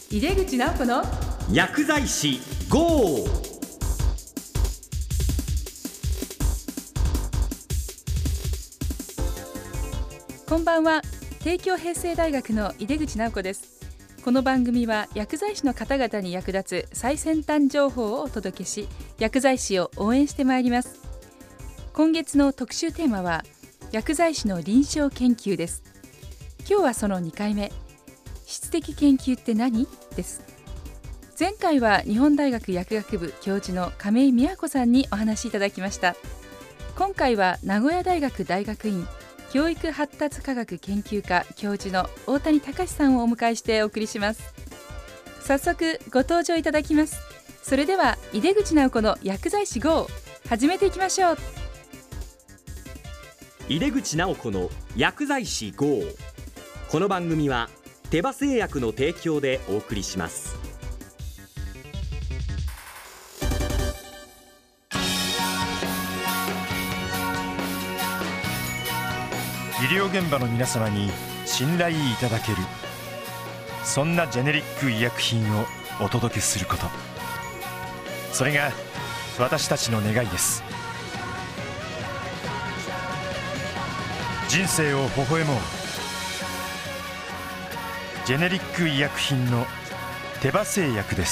井出口直子の薬剤師 GO！ こんばんは。帝京平成大学の井出口直子です。この番組は薬剤師の方々に役立つ最先端情報をお届けし、薬剤師を応援してまいります。今月の特集テーマは薬剤師の臨床研究です。今日はその2回目、質的研究って何？です。前回は日本大学薬学部教授の亀井美和子さんにお話しいただきました。今回は名古屋大学大学院教育発達科学研究科教授の大谷隆さんをお迎えしてお送りします。早速ご登場いただきます。それでは井出口直子の薬剤師 GO！ 始めていきましょう。 井出口直子の薬剤師 GO！ この番組は手羽製薬の提供でお送りします。 医療現場の皆様に信頼いただける、そんなジェネリック医薬品をお届けすること、それが私たちの願いです。人生を微笑もう。ジェネリック医薬品の手羽製薬です。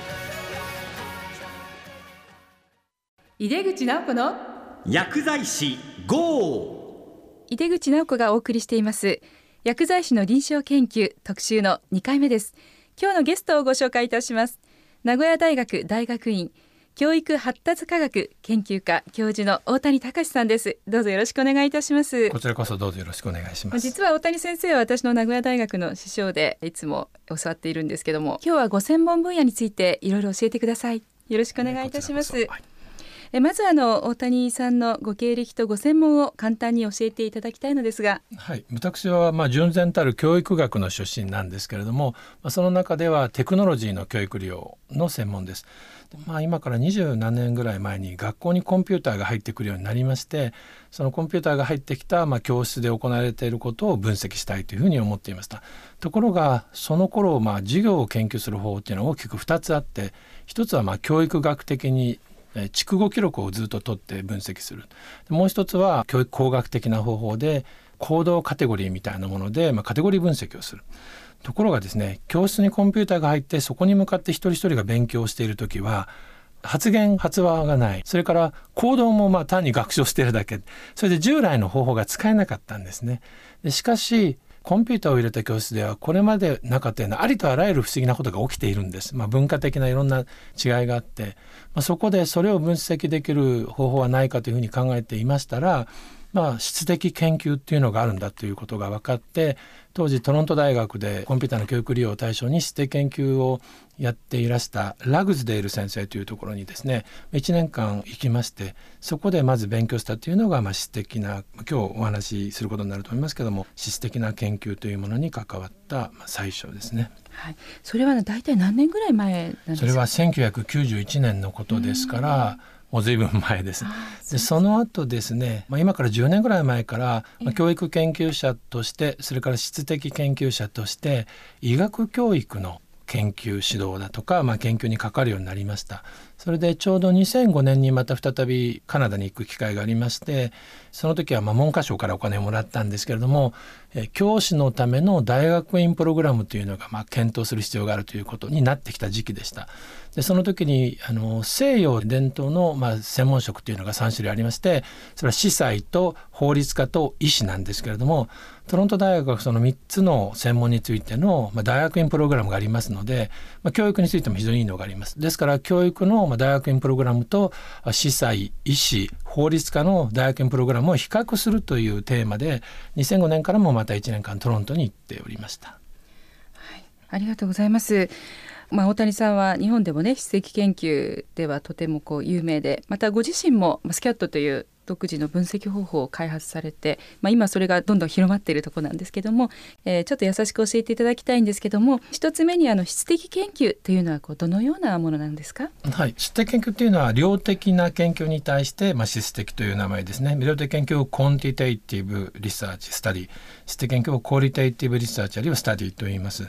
井出口直子の薬剤師 GO！ 井出口直子がお送りしています薬剤師の臨床研究特集の2回目です。今日のゲストをご紹介いたします。名古屋大学大学院教育発達科学研究科教授の大谷隆さんです。どうぞよろしくお願いいたします。 こちらこそどうぞよろしくお願いします。 実は大谷先生は私の名古屋大学の師匠でいつも教わっているんですけども、今日はご専門分野についていろいろ教えてください。よろしくお願いいたします。まず大谷さんのご経歴とご専門を簡単に教えていただきたいのですが。 はい、私は純然たる教育学の出身なんですけれども、その中ではテクノロジーの教育利用の専門です。今から20何年ぐらい前に学校にコンピューターが入ってくるようになりまして、そのコンピューターが入ってきた教室で行われていることを分析したいというふうに思っていました。ところがその頃授業を研究する方法っていうのは大きく2つあって、一つは教育学的に筑後記録をずっと取って分析する。もう一つは教育工学的な方法で行動カテゴリーみたいなものでカテゴリー分析をする。ところがですね、教室にコンピューターが入ってそこに向かって一人一人が勉強しているときは発話がない。それから行動も単に学習しているだけ。それで従来の方法が使えなかったんですね。しかしコンピューターを入れた教室ではこれまでなかったようなありとあらゆる不思議なことが起きているんです。文化的ないろんな違いがあって、そこでそれを分析できる方法はないかというふうに考えていましたら、質的研究っていうのがあるんだということが分かって、当時トロント大学でコンピューターの教育利用を対象に質的研究をやっていらしたラグズデール先生というところにですね1年間行きまして、そこでまず勉強したというのが質的な、今日お話しすることになると思いますけども、質的な研究というものに関わった最初ですね。 はい、それは大体何年ぐらい前なんですか？ それは1991年のことですからもう随分前です。でその後ですね、今から10年ぐらい前から、教育研究者として、それから質的研究者として医学教育の研究指導だとか、研究に関わるようになりました。それでちょうど2005年にまた再びカナダに行く機会がありまして、その時は文科省からお金をもらったんですけれども、教師のための大学院プログラムというのが検討する必要があるということになってきた時期でした。でその時に西洋伝統の専門職というのが3種類ありまして、それは司祭と法律家と医師なんですけれども、トロント大学はその3つの専門についての大学院プログラムがありますので、教育についても非常にいいのがあります。ですから教育の大学院プログラムと司祭、医師、法律家の大学院プログラムを比較するというテーマで2005年からもまた1年間トロントに行っておりました。 はい、ありがとうございます。大谷さんは日本でも質的研究ではとても有名で、またご自身もスキャットという独自の分析方法を開発されて、今それがどんどん広まっているところなんですけども、ちょっと優しく教えていただきたいんですけども、一つ目に質的研究というのはどのようなものなんですか？ はい、質的研究というのは量的な研究に対して、質的という名前ですね。量的研究をコンティテイティブリサーチスタディ、質的研究をクオリテイティブリサーチあるいはスタディと言います。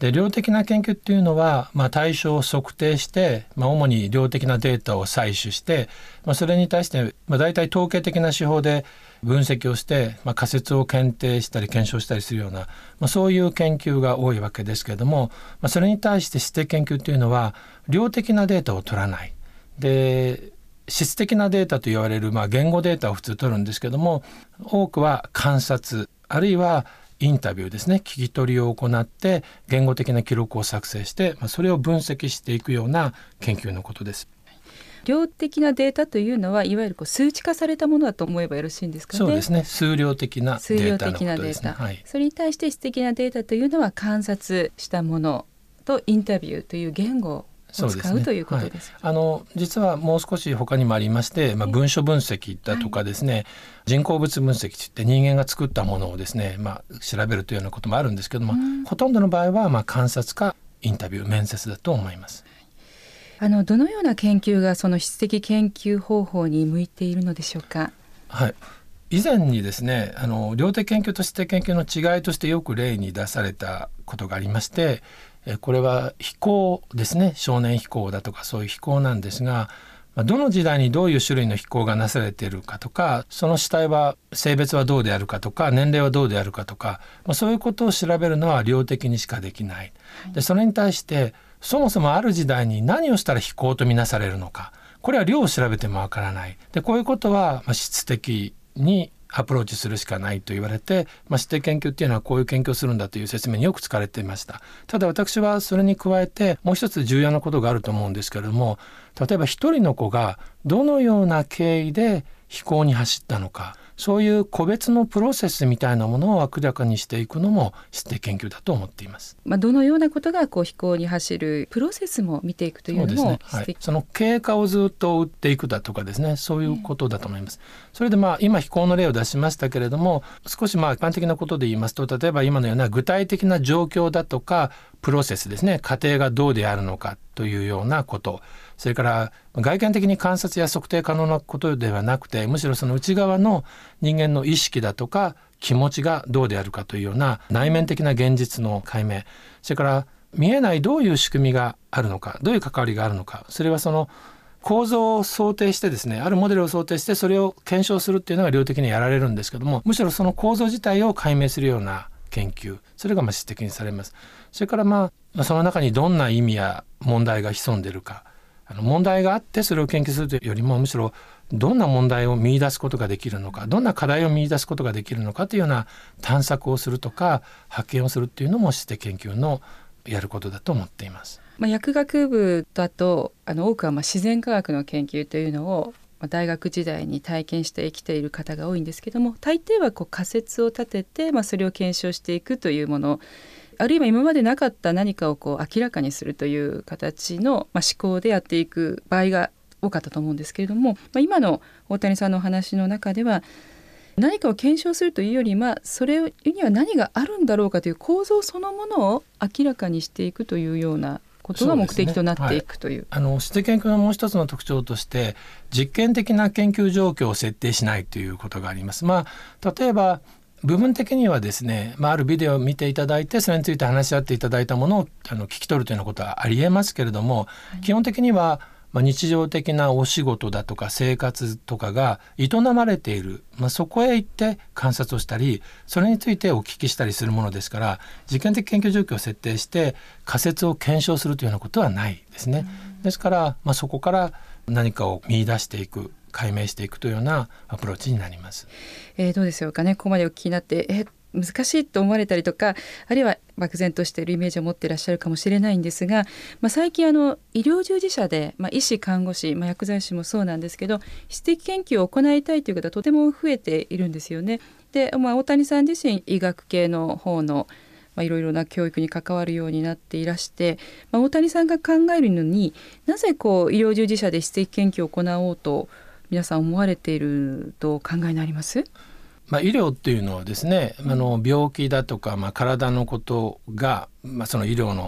で量的な研究っていうのは、対象を測定して、主に量的なデータを採取して、それに対して、大体統計的な手法で分析をして、仮説を検定したり検証したりするような、そういう研究が多いわけですけれども、それに対して質的研究っていうのは量的なデータを取らないで、質的なデータと言われる、言語データを普通取るんですけども、多くは観察あるいはインタビューですね、聞き取りを行って言語的な記録を作成して、それを分析していくような研究のことです。 量的なデータというのはいわゆる数値化されたものだと思えばよろしいんですかね。 そうですね、数量的なデータのことですね。 それに対して質的なデータというのは観察したものとインタビューという言語を使うということです。 実はもう少し他にもありまして、文書分析だとかですね、人工物分析といって人間が作ったものをですね、調べるというようなこともあるんですけども、ほとんどの場合は観察かインタビュー面接だと思います。 どのような研究がその質的研究方法に向いているのでしょうか。 以前にですね、量的研究と質的研究の違いとしてよく例に出されたことがありまして、これは飛行ですね、少年飛行だとかそういう飛行なんですが、どの時代にどういう種類の飛行がなされているかとか、その主体は性別はどうであるかとか年齢はどうであるかとか、そういうことを調べるのは量的にしかできない。でそれに対してそもそもある時代に何をしたら飛行とみなされるのか、これは量を調べてもわからない。でこういうことは質的にアプローチするしかないと言われて、質的研究っていうのはこういう研究をするんだという説明によく使われていました。ただ私はそれに加えてもう一つ重要なことがあると思うんですけれども、例えば一人の子がどのような経緯で飛行に走ったのか、そういう個別のプロセスみたいなものを明らかにしていくのも質的研究だと思っています。 どのようなことが飛行に走るプロセスも見ていくというのもその経過をずっと追っていくだとかですね、そういうことだと思います。それで今飛行の例を出しましたけれども、少し一般的なことで言いますと、例えば今のような具体的な状況だとかプロセスですね、過程がどうであるのかというようなこと、それから外見的に観察や測定可能なことではなくて、むしろその内側の人間の意識だとか気持ちがどうであるかというような内面的な現実の解明、それから見えないどういう仕組みがあるのか、どういう関わりがあるのか、それはその構造を想定してですね、あるモデルを想定してそれを検証するっていうのが量的にやられるんですけども、むしろその構造自体を解明するような研究、それが質的にされます。それからその中にどんな意味や問題が潜んでいるか、問題があってそれを研究するというよりも、むしろどんな問題を見出すことができるのか、どんな課題を見出すことができるのかというような探索をするとか発見をするっていうのも質的研究のやることだと思っています。 薬学部だと多くは自然科学の研究というのを大学時代に体験して生きている方が多いんですけども、大抵は仮説を立てて、それを検証していくというもの、あるいは今までなかった何かを明らかにするという形の思考でやっていく場合が多かったと思うんですけれども、今の大谷さんのお話の中では何かを検証するというより、それには何があるんだろうかという構造そのものを明らかにしていくというようなことが目的となっていくという。 質的研究のもう一つの特徴として実験的な研究状況を設定しないということがあります。例えば部分的にはですね、あるビデオを見ていただいてそれについて話し合っていただいたものを聞き取るというようなことはありえますけれども、基本的には日常的なお仕事だとか生活とかが営まれている、そこへ行って観察をしたりそれについてお聞きしたりするものですから、実験的研究状況を設定して仮説を検証するというようなことはないですね。ですから、そこから何かを見出していく、解明していくというようなアプローチになります。 どうでしょうかね。ここまでお聞きになって難しいと思われたりとか、あるいは漠然としているイメージを持っていらっしゃるかもしれないんですが、最近医療従事者で、医師看護師、薬剤師もそうなんですけど、質的研究を行いたいという方はとても増えているんですよね。で、大谷さん自身医学系の方のいろいろな教育に関わるようになっていらして、大谷さんが考えるのになぜ医療従事者で質的研究を行おうと皆さん思われているとお考えになります？ 医療っていうのはですね、病気だとか、体のことが、その医療の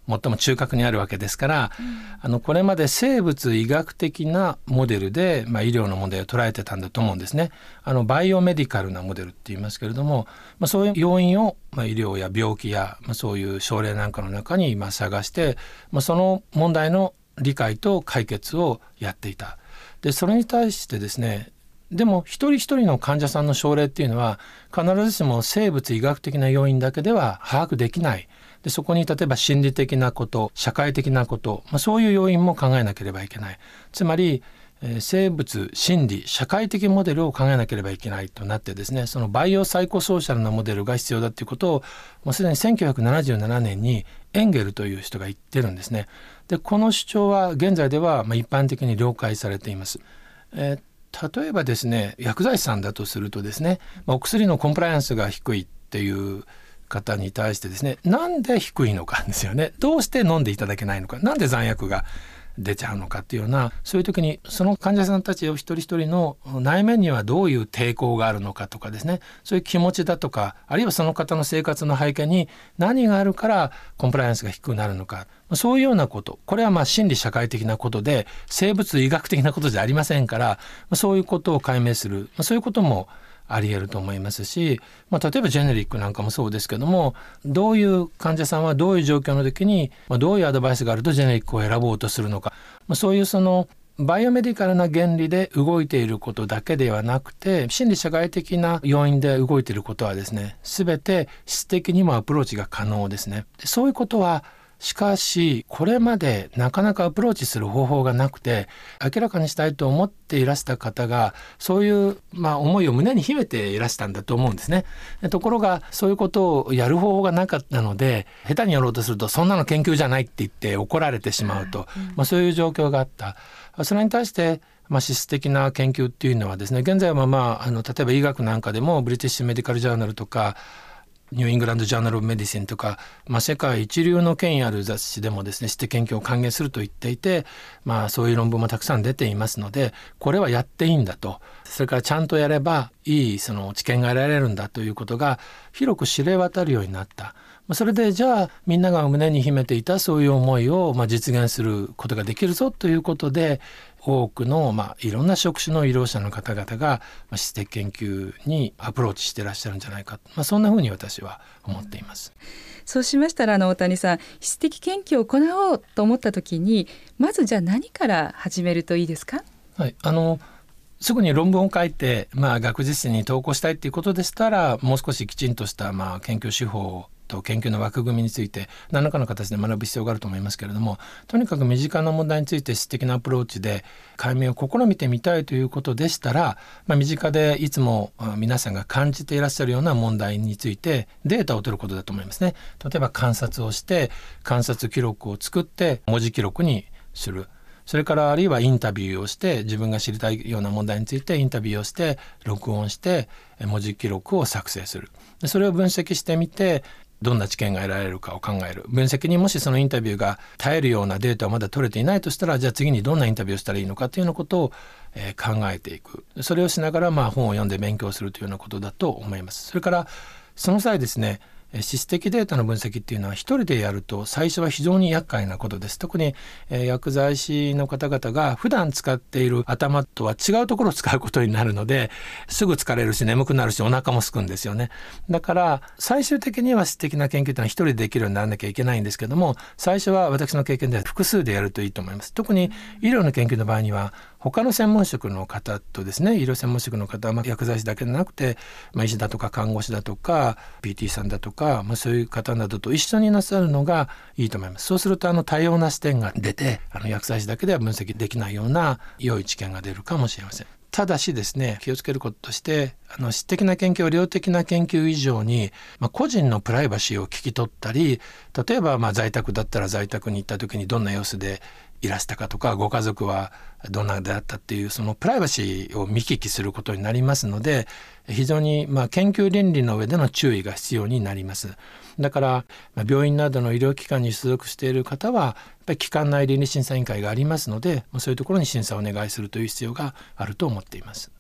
最も中核にあるわけですから、これまで生物医学的なモデルで、医療の問題を捉えてたんだと思うんですね。バイオメディカルなモデルって言いますけれども、そういう要因を、医療や病気や、そういう症例なんかの中に探して、その問題の理解と解決をやっていた。でそれに対してですね、でも一人一人の患者さんの症例っていうのは必ずしも生物医学的な要因だけでは把握できない。でそこに例えば心理的なこと、社会的なこと、そういう要因も考えなければいけない。つまり生物、心理、社会的モデルを考えなければいけないとなってですね、そのバイオサイコソーシャルなモデルが必要だということをもうすでに1977年にエンゲルという人が言ってるんですね。でこの主張は現在では一般的に了解されています。例えばですね、薬剤師さんだとするとですね、お薬のコンプライアンスが低いっていう方に対してですね、なんで低いのかですよね。どうして飲んでいただけないのか、なんで残薬が出ちゃうのかっていうような、そういう時にその患者さんたちを一人一人の内面にはどういう抵抗があるのかとかですね、そういう気持ちだとか、あるいはその方の生活の背景に何があるからコンプライアンスが低くなるのか、そういうようなこと、これは心理社会的なことで生物医学的なことじゃありませんから、そういうことを解明する、そういうこともあり得ると思いますし、例えばジェネリックなんかもそうですけども、どういう患者さんはどういう状況の時に、どういうアドバイスがあるとジェネリックを選ぼうとするのか、そういうそのバイオメディカルな原理で動いていることだけではなくて、心理社会的な要因で動いていることはですね、全て質的にもアプローチが可能ですね。そういうことはしかしこれまでなかなかアプローチする方法がなくて、明らかにしたいと思っていらした方がそういう思いを胸に秘めていらしたんだと思うんですね。ところがそういうことをやる方法がなかったので、下手にやろうとするとそんなの研究じゃないって言って怒られてしまうと、そういう状況があった。それに対して質的な研究っていうのはですね、現在は例えば医学なんかでもブリティッシュメディカルジャーナルとかニューイングランドジャーナルオブメディシンとか、世界一流の権威ある雑誌でもですね、質的研究を歓迎すると言っていて、そういう論文もたくさん出ていますので、これはやっていいんだと、それからちゃんとやればいいその知見が得られるんだということが広く知れ渡るようになった。それでじゃあみんなが胸に秘めていたそういう思いを実現することができるぞということで、多くのいろんな職種の医療者の方々が質的研究にアプローチしていらっしゃるんじゃないか、そんなふうに私は思っています。 そうしましたら大谷さん、質的研究を行おうと思った時にまずじゃあ何から始めるといいですか？ はい、すぐに論文を書いて、学術誌に投稿したいということでしたら、もう少しきちんとした研究手法と研究の枠組みについて何らかの形で学ぶ必要があると思いますけれども、とにかく身近な問題について質的なアプローチで解明を試みてみたいということでしたら、身近でいつも皆さんが感じていらっしゃるような問題についてデータを取ることだと思いますね。例えば観察をして観察記録を作って文字記録にする。それからあるいはインタビューをして、自分が知りたいような問題についてインタビューをして録音して文字記録を作成する。それを分析してみてどんな知見が得られるかを考える。分析にもしそのインタビューが耐えるようなデータをまだ取れていないとしたら、じゃあ次にどんなインタビューをしたらいいのかというようなことを考えていく。それをしながら本を読んで勉強するというようなことだと思います。それからその際ですね、質的データの分析っていうのは一人でやると最初は非常に厄介なことです。特に薬剤師の方々が普段使っている頭とは違うところを使うことになるので、すぐ疲れるし眠くなるしお腹も空くんですよね。だから最終的には質的な研究っていうのは一人でできるようにならなきゃいけないんですけども、最初は私の経験では複数でやるといいと思います。特に医療の研究の場合には他の専門職の方とですね、医療専門職の方は薬剤師だけでなくて、医師だとか看護師だとか PT さんだとか、そういう方などと一緒になさるのがいいと思います。そうすると多様な視点が出て、薬剤師だけでは分析できないような良い知見が出るかもしれません。ただしですね、気をつけることとして質的な研究は量的な研究以上に、個人のプライバシーを聞き取ったり、例えば在宅だったら在宅に行った時にどんな様子でいらしたかとか、ご家族はどんなであったっていうそのプライバシーを見聞きすることになりますので、非常に研究倫理の上での注意が必要になります。だから病院などの医療機関に所属している方はやっぱり機関内倫理審査委員会がありますので、そういうところに審査をお願いするという必要があると思っています。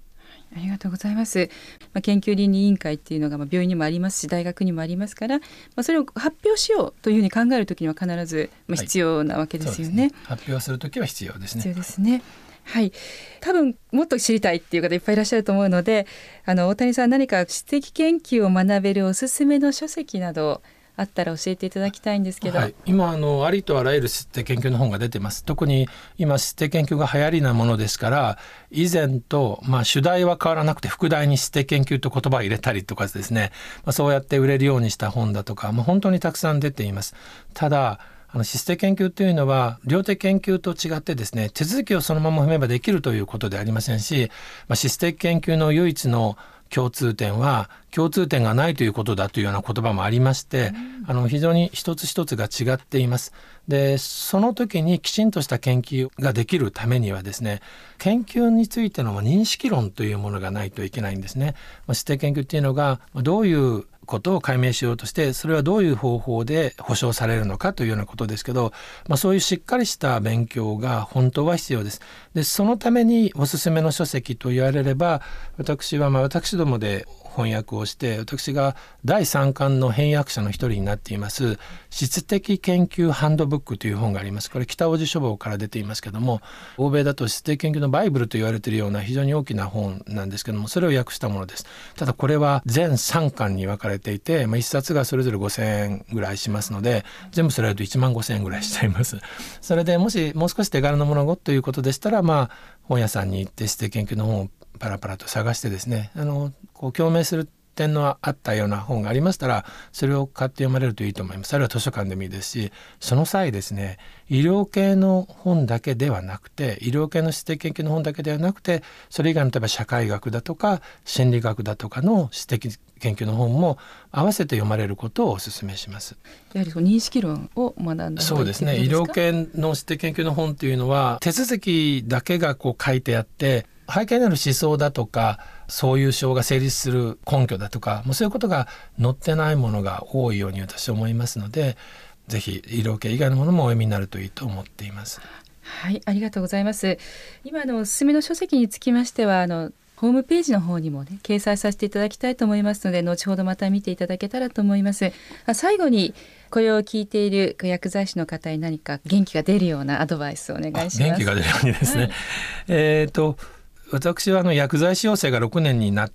ありがとうございます。研究倫理委員会っていうのが病院にもありますし大学にもありますから、それを発表しようというふうに考えるときには必ず必要なわけですよね。 はい、発表するときは必要ですね。 必要ですね。はい、多分もっと知りたいっていう方いっぱいいらっしゃると思うので、大谷さん何か知的研究を学べるおすすめの書籍などあったら教えていただきたいんですけど。 はい、今ありとあらゆる質的研究の本が出てます。特に今質的研究が流行りなものですから、以前と、主題は変わらなくて副題に質的研究と言葉を入れたりとかですね、そうやって売れるようにした本だとか、本当にたくさん出ています。ただ質的研究というのは量的研究と違ってですね、手続きをそのまま踏めばできるということではありませんし、質的研究の唯一の共通点は共通点がないということだというような言葉もありまして、非常に一つ一つが違っています。でその時にきちんとした研究ができるためにはですね、研究についての認識論というものがないといけないんですね。質的研究っていうのがどういうことを解明しようとして、それはどういう方法で保証されるのかというようなことですけど、そういうしっかりした勉強が本当は必要です。でそのためにおすすめの書籍と言われれば、私は私どもで翻訳をして、私が第3巻の翻訳者の一人になっています質的研究ハンドブックという本があります。これ北大路書房から出ていますけども、欧米だと質的研究のバイブルと言われているような非常に大きな本なんですけども、それを訳したものです。ただこれは全3巻に分かれていて、1冊がそれぞれ5000円ぐらいしますので、全部それだと1万5000円ぐらいしちゃいます。それでもしもう少し手軽なものということでしたら、本屋さんに行って質的研究の本をパラパラと探してですね、共鳴する点のあったような本がありましたら、それを買って読まれるといいと思います。あるいは図書館でもいいですし、その際ですね、医療系の本だけではなくて、医療系の質的研究の本だけではなくて、それ以外の例えば社会学だとか心理学だとかの質的研究の本も合わせて読まれることをお勧めします。 やはり認識論を学んだ方がいいですか？ そうですね。医療系の質的研究の本というのは手続きだけが書いてあって、背景にある思想だとかそういう章が成立する根拠だとか、そういうことが載ってないものが多いように私は思いますので、ぜひ医療系以外のものもお読みになるといいと思っています。 はい、ありがとうございます。今のおすすめの書籍につきましてはホームページの方にもね掲載させていただきたいと思いますので、後ほどまた見ていただけたらと思います。最後にこれを聞いている薬剤師の方に何か元気が出るようなアドバイスをお願いします。 元気が出るようにですね、はい、私は薬剤師養成が6年になって、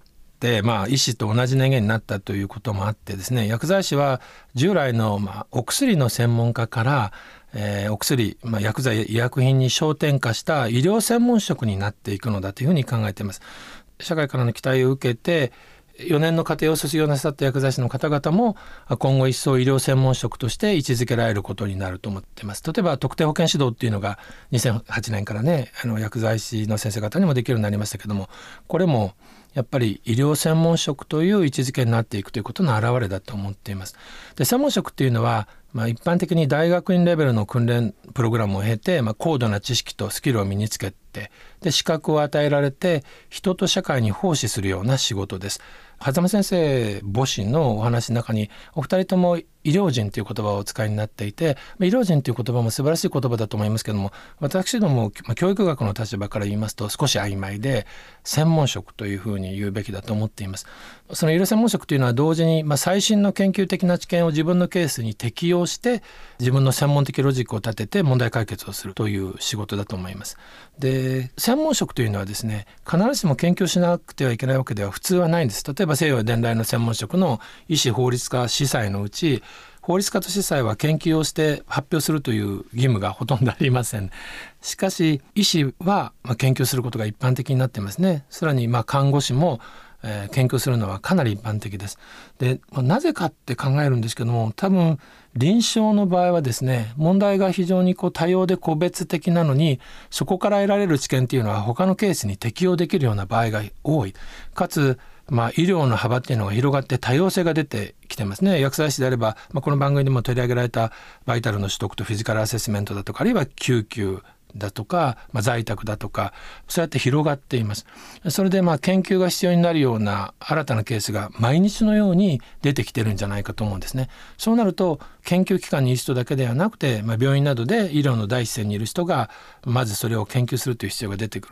医師と同じ年限になったということもあってですね、薬剤師は従来の、お薬の専門家から、お薬、薬剤医薬品に焦点化した医療専門職になっていくのだというふうに考えています。社会からの期待を受けて4年の課程を卒業なさった薬剤師の方々も今後一層医療専門職として位置づけられることになると思っています。例えば特定保健指導っていうのが2008年からね、薬剤師の先生方にもできるようになりましたけども、これもやっぱり医療専門職という位置づけになっていくということの表れだと思っています。で、専門職っていうのは一般的に大学院レベルの訓練プログラムを経て、高度な知識とスキルを身につけて、で資格を与えられて人と社会に奉仕するような仕事です。狭間先生母子のお話の中にお二人とも医療人という言葉をお使いになっていて、医療人という言葉も素晴らしい言葉だと思いますけども、私ども教育学の立場から言いますと少し曖昧で、専門職というふうに言うべきだと思っています。その医療専門職というのは同時に、最新の研究的な知見を自分のケースに適用して自分の専門的ロジックを立てて問題解決をするという仕事だと思います。で、専門職というのはですね、必ずしも研究しなくてはいけないわけでは普通はないんです。例えば西洋伝来の専門職の医師法律家司祭のうち、法律家と司祭は研究をして発表するという義務がほとんどありません。しかし医師は研究することが一般的になっていますね。さらに看護師も研究するのはかなり一般的です。で、なぜかって考えるんですけども、多分臨床の場合はですね、問題が非常に多様で個別的なのに、そこから得られる知見っていうのは他のケースに適用できるような場合が多い。かつ医療の幅っていうのが広がって多様性が出てきてますね。薬剤師であれば、この番組でも取り上げられたバイタルの取得とフィジカルアセスメントだとか、あるいは救急だとか、在宅だとか、そうやって広がっています。それで研究が必要になるような新たなケースが毎日のように出てきてるんじゃないかと思うんですね。そうなると研究機関にいる人だけではなくて、病院などで医療の第一線にいる人がまずそれを研究するという必要が出てくると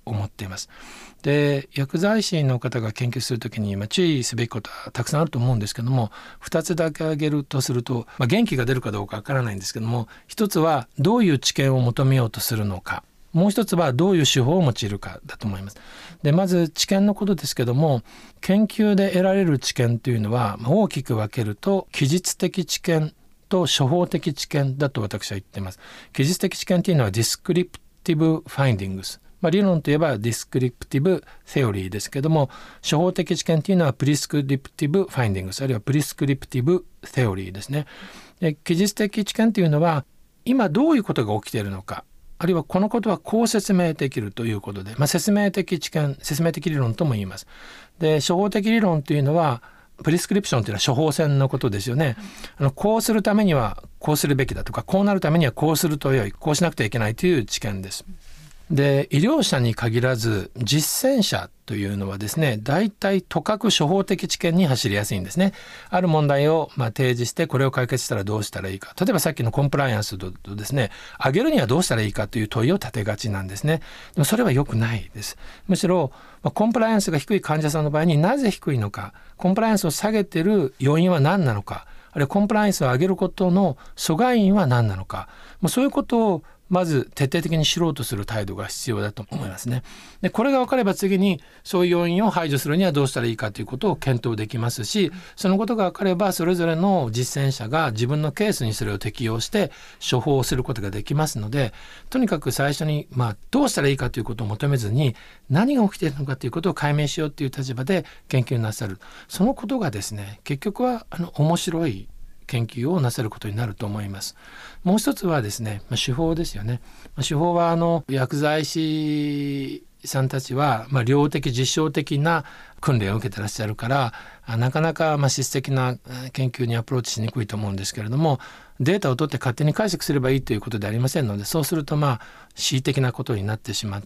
思っています。で、薬剤師の方が研究するときに、注意すべきことはたくさんあると思うんですけども、2つだけ挙げるとすると、元気が出るかどうかわからないんですけども、1つはどういう知見を求めようとするのか、もう1つはどういう手法を用いるかだと思います。で、まず知見のことですけども、研究で得られる知見というのは大きく分けると記述的知見と処方的知見だと私は言っています。記述的知見というのはディスクリプティブファインディングス、理論といえばディスクリプティブセオリーですけども、処方的知見というのはプリスクリプティブファインディングス、あるいはプリスクリプティブセオリーですね。で、記述的知見というのは今どういうことが起きているのか、あるいはこのことはこう説明できるということで、説明的知見、説明的理論とも言います。で、処方的理論というのはプリスクリプションというのは処方箋のことですよね。こうするためにはこうするべきだとか、こうなるためにはこうすると良い、こうしなくてはいけないという知見です。で、医療者に限らず実践者というのはですね、大体とかく処方的知見に走りやすいんですね。ある問題を提示して、これを解決したらどうしたらいいか、例えばさっきのコンプライアンスとですね、上げるにはどうしたらいいかという問いを立てがちなんですね。でもそれは良くないです。むしろコンプライアンスが低い患者さんの場合になぜ低いのか、コンプライアンスを下げている要因は何なのか、あるいはコンプライアンスを上げることの阻害因は何なのか、そういうことをまず徹底的に知ろうとする態度が必要だと思いますね。で、これが分かれば次にそういう要因を排除するにはどうしたらいいかということを検討できますし、そのことが分かればそれぞれの実践者が自分のケースにそれを適用して処方することができますので、とにかく最初にどうしたらいいかということを求めずに、何が起きているのかということを解明しようという立場で研究なさる、そのことがですね、結局は面白い研究をなさることになると思います。もう一つはですね、手法ですよね。手法は薬剤師さんたちは量的実証的な訓練を受けてらっしゃるから、なかなか質的な研究にアプローチしにくいと思うんですけれども、データを取って勝手に解釈すればいいということではありませんので、そうすると恣意的なことになってしまって、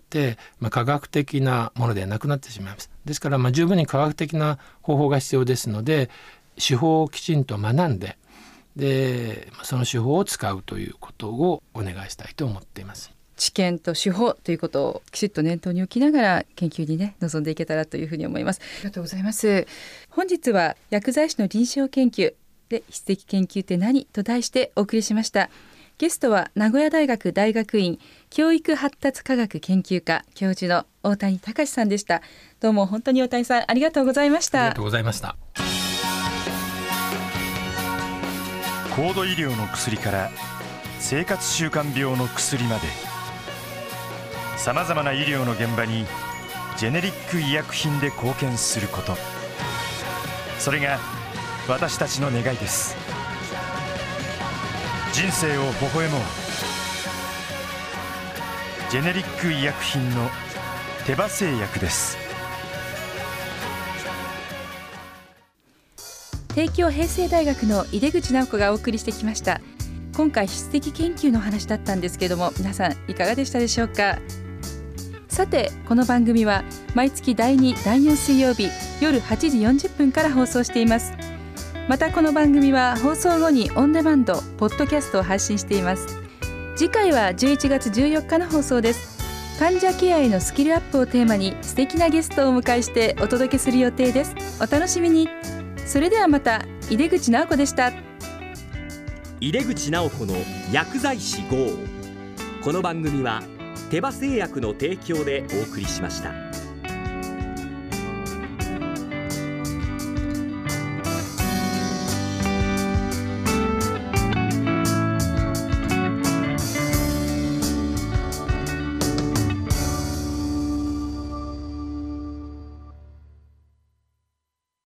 科学的なものではなくなってしまいます。ですから十分に科学的な方法が必要ですので、手法をきちんと学んで、その手法を使うということをお願いしたいと思っています。 知見と手法ということをきちっと念頭に置きながら研究に臨んでいけたらというふうに思います。ありがとうございます。本日は薬剤師の臨床研究で筆跡研究って何と題してお送りしました。ゲストは名古屋大学大学院教育発達科学研究科教授の大谷隆さんでした。どうも本当に大谷さんありがとうございました。 ありがとうございました。 高度医療の薬から生活習慣病の薬まで、さまざまな医療の現場にジェネリック医薬品で貢献すること、それが私たちの願いです。人生を微笑もう。ジェネリック医薬品の手羽製薬です。 帝京平成大学の井出口直子がお送りしてきました。今回筆跡研究の話だったんですけども、皆さんいかがでしたでしょうか。さて、この番組は毎月第2、第4水曜日夜8時40分から放送しています。またこの番組は放送後にオンデマンド、ポッドキャストを配信しています。次回は11月14日の放送です。患者ケアへのスキルアップをテーマに素敵なゲストをお迎えしてお届けする予定です。お楽しみに。それではまた。井出口直子でした。 井出口直子の薬剤師号。この番組は手羽製薬の提供でお送りしました。